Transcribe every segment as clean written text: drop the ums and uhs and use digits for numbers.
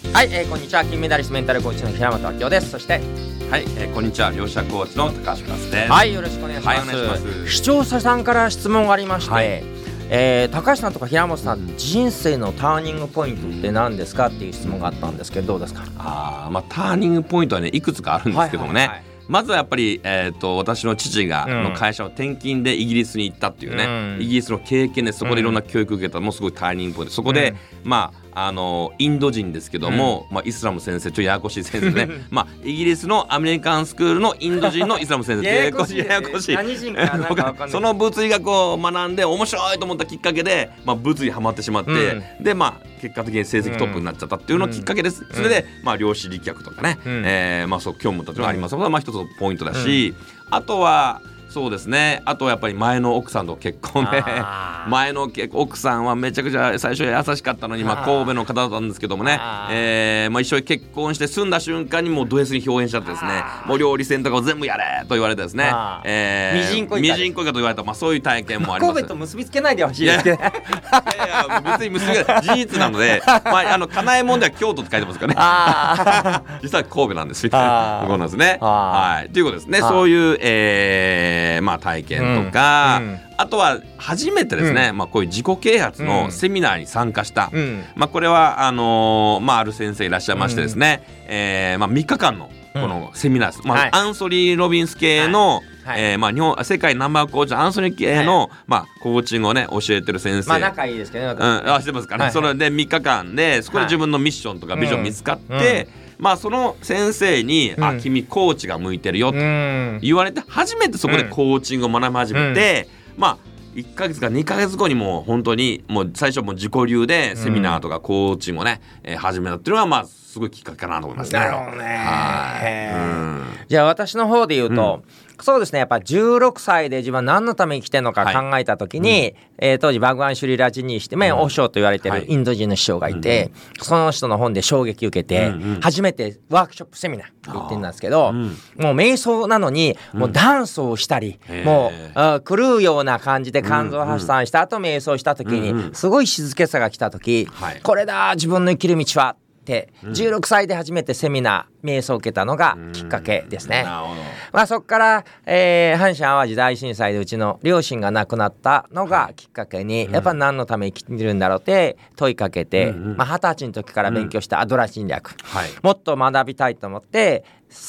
はい、こんにちは。金メダリストメンタルコーチの平本明夫です。そしてはい、こんにちは。両者コーチの高橋です。 はい、よろしくお願いします。 はい、お願いします。 視聴者さんから質問がありまして、 はい、 高橋さんとか平本さん、人生のターニングポイントって何ですかっていう質問があったんですけど、どうですか？ ターニングポイントはね、いくつかあるんですけどもね、はいはいはい、まずはやっぱり、私の父が、の会社を転勤でイギリスに行ったっていうね、イギリスの経験でそこでいろんな教育を受けたのもすごいターニングポイントで、そこで、インド人ですけども、イスラム先生、ちょっとややこしい先生ねイギリスのアメリカンスクールのインド人のイスラム先生ややこしい何人かなんか分かんないその物理学を学んで面白いと思ったきっかけで、物理ハマってしまって、で結果的に成績トップになっちゃったっていうのがきっかけです。それで、量子力学とかね、そう興味持ったというのがありますので、一つのポイントだし、あとはそうですね。あとはやっぱり前の奥さんと結婚で前の奥さんはめちゃくちゃ最初は優しかったのに、神戸の方だったんですけどもね、一緒に結婚して住んだ瞬間にもうド S に表現しちゃってですね、もう料理戦とかを全部やれと言われてですね、 ミジンコイカと言われた、そういう体験もあります。 神戸と結びつけないでほしいですけどいや別に結びつけない事実なのでかなえもんでは京都って書いてますからね実は神戸なんですみたいなところなんですね。はい、ということですね。そういう体験とか、あとは初めてですね、こういう自己啓発のセミナーに参加した、これはある先生いらっしゃいましてですね、3日間のこのセミナーです。アンソニー・ロビンス系の、日本世界ナンバーコーチアンソニー系の、コーチングをね教えてる先生、 仲いいですけどね、 してますかね、それで3日間でそこで自分のミッションとかビジョン見つかって、その先生に、君コーチが向いてるよと言われて、初めてそこでコーチングを学び始めて、1ヶ月か2ヶ月後にもう本当にもう最初もう自己流でセミナーとかコーチングをね、始めたっていうのはすごいきっかけかなと思いますね。 なるほどね。じゃあ私の方で言うと、そうですね、やっぱ16歳で自分は何のために生きてるのか考えた時に、当時バグワン・シュリ・ラジニーしてオショーと言われてるインド人の師匠がいて、その人の本で衝撃受けて、初めてワークショップセミナー行ってんですけど、もう瞑想なのにもうダンスをしたり、もう狂うような感じで肝臓発散した後瞑想した時にすごい静けさが来た時、これだ自分の生きる道はって16歳で初めてセミナー瞑想を受けたのがきっかけですね。そこから、阪神淡路大震災でうちの両親が亡くなったのがきっかけに、やっぱ何のために生きてるんだろうって問いかけて、20歳の時から勉強したアドラー心理学、もっと学びたいと思って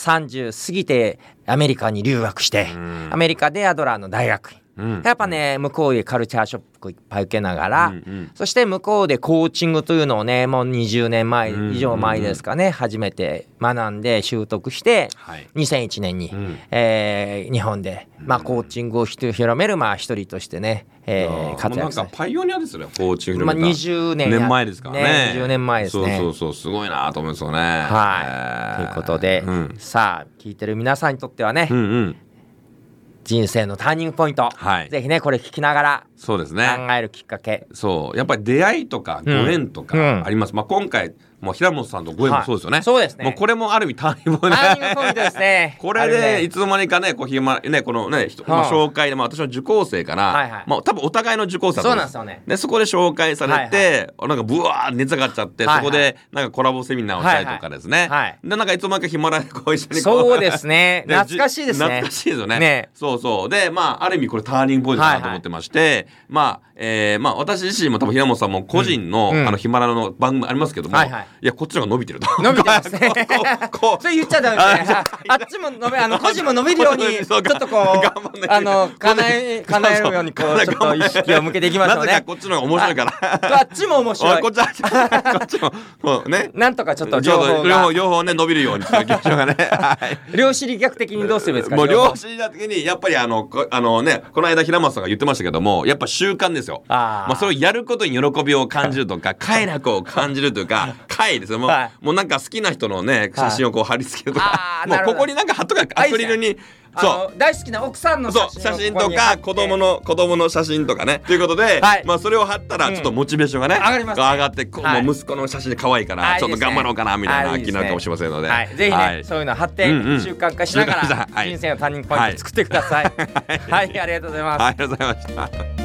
30過ぎてアメリカに留学して、アメリカでアドラーの大学院、やっぱね向こうでカルチャーショックいっぱい受けながら、そして向こうでコーチングというのをねもう20年前以上前ですかね、初めて学んで習得して、2001年に、日本で、コーチングを広める一人としてね、活躍なんかパイオニアですよね、コーチング 20年前ですからね。 20年前ですね。 そうすごいなと思いますよね。 ということで、さあ聞いてる皆さんにとってはね、人生のターニングポイント、ぜひねこれ聞きながらそうですね考えるきっかけ、 やっぱり出会いとかご縁とかあります。今回もう平本さんとご縁もそうですよね。 そうですね。 もうこれもある意味ターニングポイントですね。これでいつの間にかねこのね紹介で私の受講生から多分お互いの受講生だと思うんです。 そうなんですよね。 でそこで紹介されてなんかブワー熱が上がっちゃって、そこでなんかコラボセミナーをしたりとかですね。でなんかいつの間にかヒマラヤで一緒にそうですね。懐かしいですね。 懐かしいですよね。そうである意味これターニングポイントだなと思ってまして、私自身も多分平本さんも個人のヒマラヤの番組ありますけども、いやこっちの方が伸びてると。 伸びてますね。それ言っちゃダメですね。あっちも個人も伸びるようにちょっとこう叶えるようにこうちょっと意識を向けていきましょうね。 なぜかこっちの方が面白いから。 あっちも面白い。 こっちもね。 なんとかちょっと両方ね伸びるようにしていきましょうかね。 量子力学的にどうすればいいですか。 もう量子力学的にやっぱりこの間平松さんが言ってましたけども、やっぱ習慣ですよ。それをやることに喜びを感じるとか快楽を感じるというか快ですよ。もうなんか好きな人のね写真をこう貼り付けるとか、もうここになんか貼っとかアクリルに大好きな奥さんの写真とか子供の写真とかねということで、それを貼ったらちょっとモチベーションがね上がって、もう息子の写真で可愛いからちょっと頑張ろうかなみたいな気になるかもしれませんので、 ぜひねそういうの貼って習慣化しながら人生のターニングポイント作ってください。はい、ありがとうございます。 ありがとうございました。